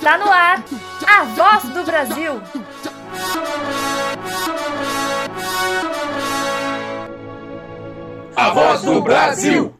Está no ar, a Voz do Brasil. A Voz do Brasil.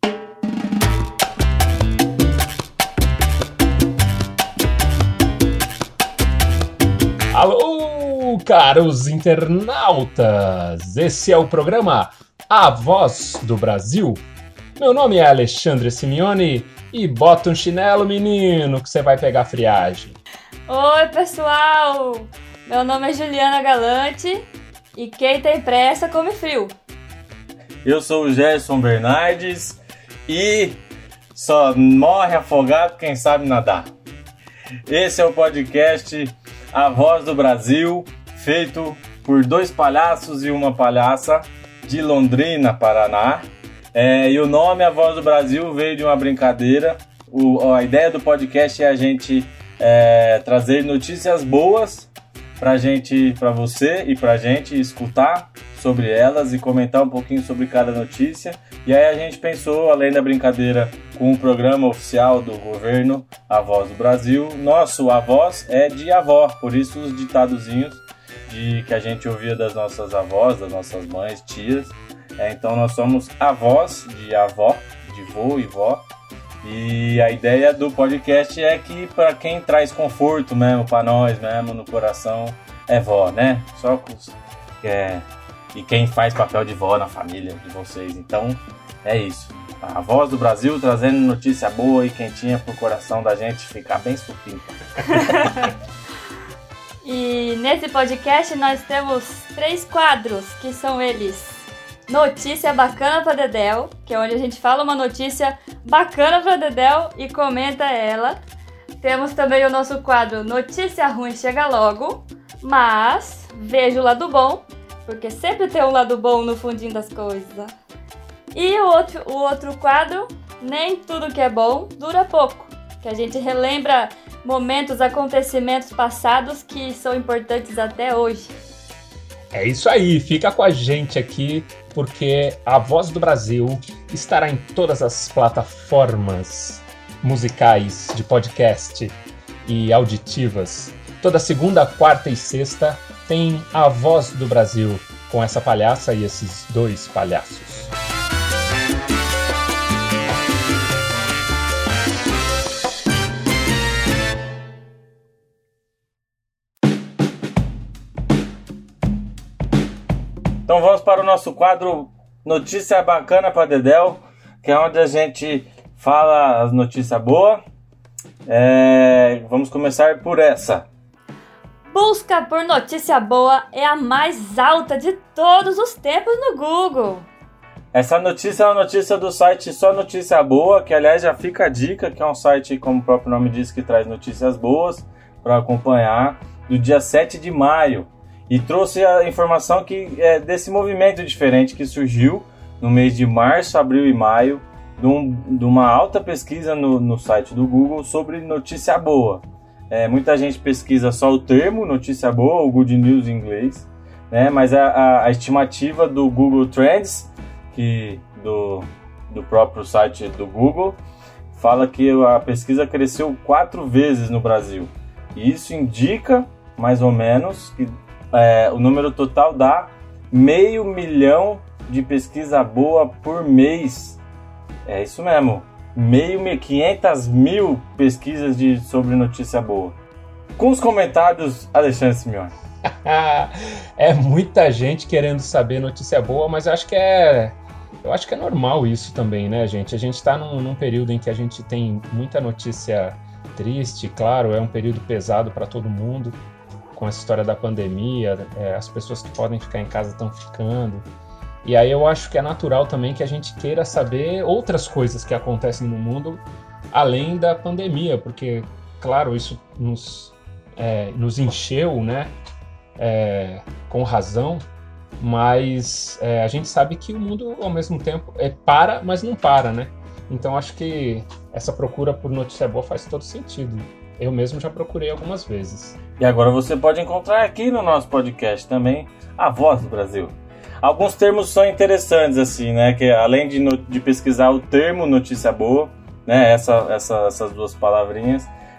Alô, caros internautas! Esse é o programa A Voz do Brasil. Meu nome é Alexandre Simeone e bota um chinelo, menino, que você vai pegar friagem. Oi, pessoal! Meu nome é Juliana Galante e quem tem pressa come frio. Eu sou o Gerson Bernardes e só morre afogado quem sabe nadar. Esse é o podcast A Voz do Brasil, feito por dois palhaços e uma palhaça de Londrina, Paraná. E o nome A Voz do Brasil veio de uma brincadeira. A ideia do podcast é a gente trazer notícias boas para você e pra gente escutar sobre elas e comentar um pouquinho sobre cada notícia. E aí a gente pensou, além da brincadeira, com o programa oficial do governo, A Voz do Brasil. Nosso A Voz é de avó, por isso os ditadozinhos que a gente ouvia das nossas avós, das nossas mães, tias. Então nós somos avós de avó, de vô e vó. E a ideia do podcast é que para quem traz conforto mesmo, para nós mesmo, no coração, é vó, né? E quem faz papel de vó na família de vocês. Então é isso. A Voz do Brasil trazendo notícia boa e quentinha pro coração da gente ficar bem supinho. E nesse podcast nós temos 3 quadros, que são eles: Notícia Bacana pra Dedéu, que é onde a gente fala uma notícia bacana pra Dedéu e comenta ela. Temos também o nosso quadro Notícia Ruim Chega Logo, mas veja o lado bom, porque sempre tem um lado bom no fundinho das coisas. E o outro quadro, Nem Tudo Que É Bom Dura Pouco, que a gente relembra momentos, acontecimentos passados que são importantes até hoje. É isso aí, fica com a gente aqui, porque A Voz do Brasil estará em todas as plataformas musicais de podcast e auditivas. Toda segunda, quarta e sexta tem A Voz do Brasil, com essa palhaça e esses 2 palhaços. Então vamos para o nosso quadro Notícia Bacana para Dedéu, que é onde a gente fala as notícias boas. Vamos começar por essa. Busca por notícia boa é a mais alta de todos os tempos no Google. Essa notícia é uma notícia do site Só Notícia Boa, que aliás já fica a dica, que é um site, como o próprio nome diz, que traz notícias boas para acompanhar, do dia 7 de maio. E trouxe a informação desse movimento diferente que surgiu no mês de março, abril e maio, de uma alta pesquisa no site do Google sobre notícia boa. Muita gente pesquisa só o termo notícia boa, o Good News em inglês, né? Mas a estimativa do Google Trends, do próprio site do Google, fala que a pesquisa cresceu 4 vezes no Brasil. E isso indica, mais ou menos, que o número total dá 500 mil de pesquisa boa por mês. É isso mesmo, 500 mil pesquisas sobre notícia boa. Com os comentários, Alexandre Simeone. É muita gente querendo saber notícia boa, mas eu acho que é normal isso também, né, gente? A gente está num período em que a gente tem muita notícia triste, claro, é um período pesado para todo mundo, com essa história da pandemia, as pessoas que podem ficar em casa estão ficando. E aí eu acho que é natural também que a gente queira saber outras coisas que acontecem no mundo além da pandemia, porque, claro, isso nos encheu, né, com razão, mas a gente sabe que o mundo, ao mesmo tempo, para, mas não para, né? Então acho que essa procura por notícia boa faz todo sentido. Eu mesmo já procurei algumas vezes. E agora você pode encontrar aqui no nosso podcast também A Voz do Brasil. Alguns termos são interessantes, assim, né? Que além de pesquisar o termo notícia boa, né? Essas duas palavrinhas,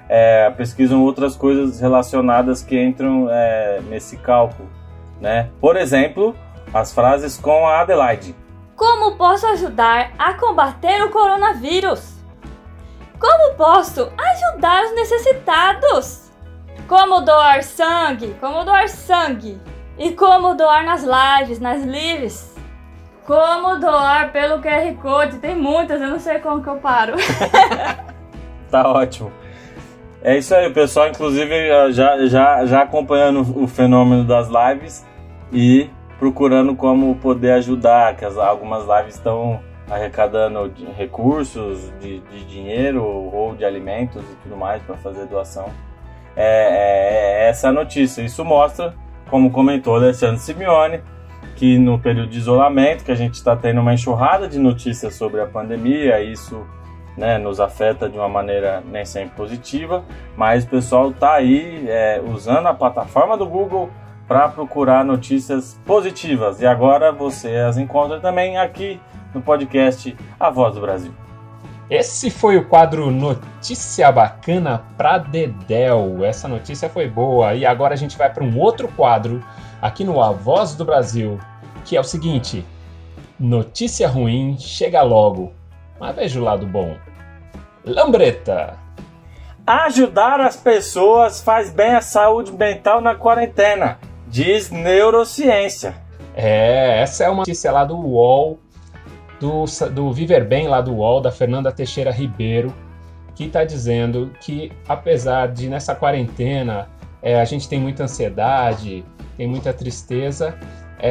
pesquisam outras coisas relacionadas que entram nesse cálculo, né? Por exemplo, as frases com a Adelaide. Como posso ajudar a combater o coronavírus? Como posso ajudar os necessitados? Como doar sangue? Como doar sangue? E como doar nas lives? Como doar pelo QR Code? Tem muitas, eu não sei como que eu paro. Tá ótimo. É isso aí, o pessoal, inclusive, já acompanhando o fenômeno das lives e procurando como poder ajudar, que algumas lives estão arrecadando recursos de dinheiro ou de alimentos e tudo mais para fazer doação. Essa é a notícia. Isso mostra, como comentou Alessandro Simeone, que no período de isolamento, que a gente está tendo uma enxurrada de notícias sobre a pandemia, isso, né, nos afeta de uma maneira nem sempre positiva, mas o pessoal está aí usando a plataforma do Google para procurar notícias positivas. E agora você as encontra também aqui no podcast A Voz do Brasil. Esse foi o quadro Notícia Bacana pra Dedéu. Essa notícia foi boa. E agora a gente vai para um outro quadro aqui no A Voz do Brasil, que é o seguinte: notícia ruim chega logo, mas veja o lado bom. Lambreta. Ajudar as pessoas faz bem à saúde mental na quarentena, diz neurociência. Essa é uma notícia lá do UOL, do Viver Bem lá do UOL, da Fernanda Teixeira Ribeiro, que está dizendo que apesar de nessa quarentena a gente tem muita ansiedade, tem muita tristeza,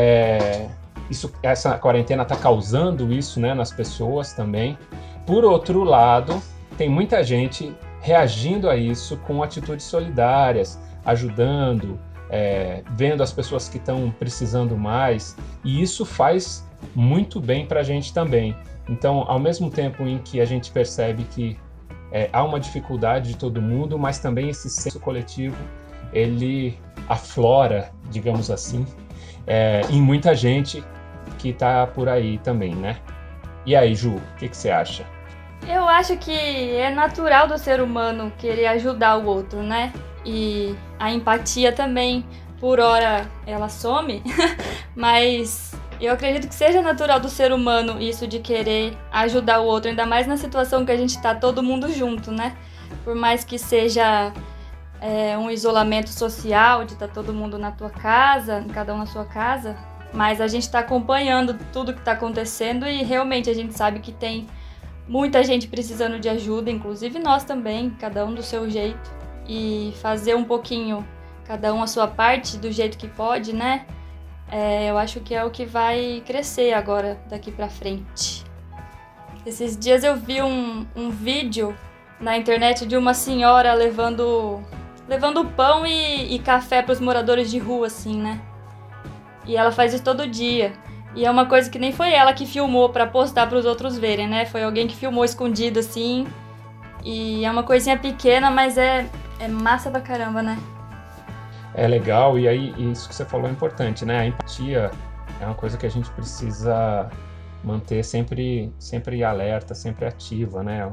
essa quarentena está causando isso, né, nas pessoas também. Por outro lado, tem muita gente reagindo a isso com atitudes solidárias, ajudando, vendo as pessoas que estão precisando mais, e isso faz muito bem para a gente também. Então, ao mesmo tempo em que a gente percebe que há uma dificuldade de todo mundo, mas também esse senso coletivo, ele aflora, digamos assim, em muita gente que está por aí também, né? E aí, Ju, o que você acha? Eu acho que é natural do ser humano querer ajudar o outro, né? E a empatia também, por hora, ela some, mas eu acredito que seja natural do ser humano isso de querer ajudar o outro, ainda mais na situação que a gente tá todo mundo junto, né? Por mais que seja um isolamento social, de estar todo mundo na tua casa, cada um na sua casa, mas a gente tá acompanhando tudo que tá acontecendo e realmente a gente sabe que tem muita gente precisando de ajuda, inclusive nós também, cada um do seu jeito, e fazer um pouquinho, cada um a sua parte, do jeito que pode, né? Eu acho que é o que vai crescer agora, daqui pra frente. Esses dias eu vi um vídeo na internet de uma senhora levando pão e café pros moradores de rua, assim, né? E ela faz isso todo dia. E é uma coisa que nem foi ela que filmou pra postar pros outros verem, né? Foi alguém que filmou escondido, assim. E é uma coisinha pequena, mas é massa pra caramba, né? É legal, e aí isso que você falou é importante, né? A empatia é uma coisa que a gente precisa manter sempre alerta, sempre ativa, né?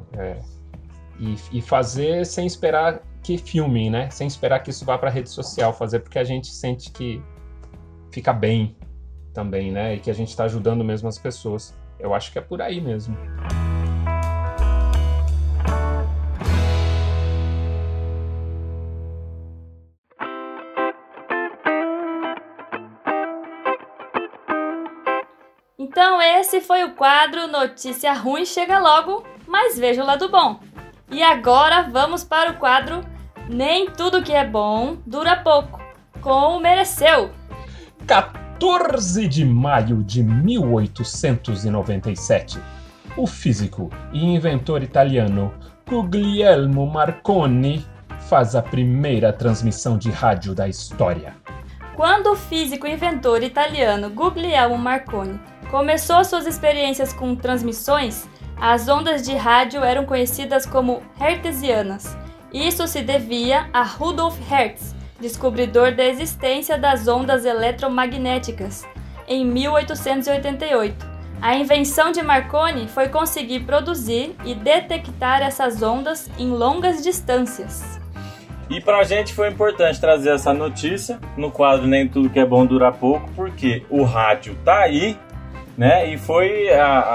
E fazer sem esperar que filmem, né? Sem esperar que isso vá para a rede social, fazer porque a gente sente que fica bem também, né? E que a gente está ajudando mesmo as pessoas. Eu acho que é por aí mesmo. Então esse foi o quadro Notícia Ruim Chega Logo, mas veja o lado bom. E agora vamos para o quadro Nem Tudo Que É Bom Dura Pouco, com o Mereceu. 14 de maio de 1897, o físico e inventor italiano Guglielmo Marconi faz a primeira transmissão de rádio da história. Quando o físico e inventor italiano Guglielmo Marconi começou suas experiências com transmissões, as ondas de rádio eram conhecidas como hertzianas. Isso se devia a Rudolf Hertz, descobridor da existência das ondas eletromagnéticas, em 1888. A invenção de Marconi foi conseguir produzir e detectar essas ondas em longas distâncias. E pra gente foi importante trazer essa notícia no quadro Nem Tudo Que É Bom Dura Pouco, porque o rádio tá aí, né? E foi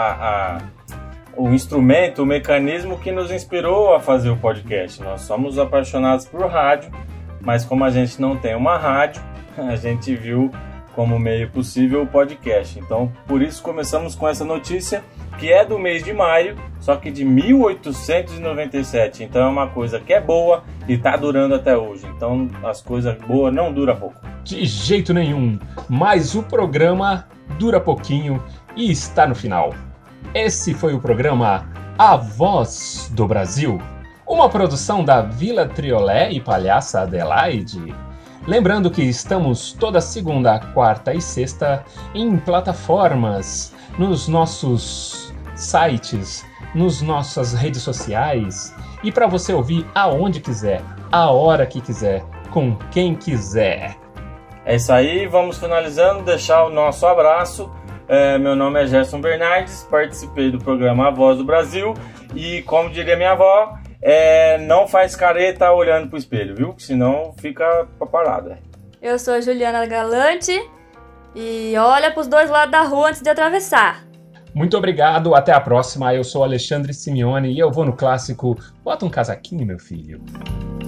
o instrumento, o mecanismo que nos inspirou a fazer o podcast. Nós somos apaixonados por rádio, mas como a gente não tem uma rádio, a gente viu como meio possível o podcast. Então, por isso começamos com essa notícia, que é do mês de maio, só que de 1897. Então é uma coisa que é boa e tá durando até hoje. Então as coisas boas não duram pouco. De jeito nenhum, mas o programa dura pouquinho e está no final. Esse foi o programa A Voz do Brasil, uma produção da Vila Triolé e Palhaça Adelaide. Lembrando que estamos toda segunda, quarta e sexta em plataformas, nos nossos sites, nas nossas redes sociais e para você ouvir aonde quiser, a hora que quiser, com quem quiser. É isso aí, vamos finalizando, deixar o nosso abraço. Meu nome é Gerson Bernardes, participei do programa A Voz do Brasil e, como diria minha avó, não faz careta olhando pro espelho, viu? Senão fica pra parada. Eu sou a Juliana Galante e olha pros dois lados da rua antes de atravessar. Muito obrigado, até a próxima. Eu sou Alexandre Simeone e eu vou no clássico Bota um casaquinho, meu filho.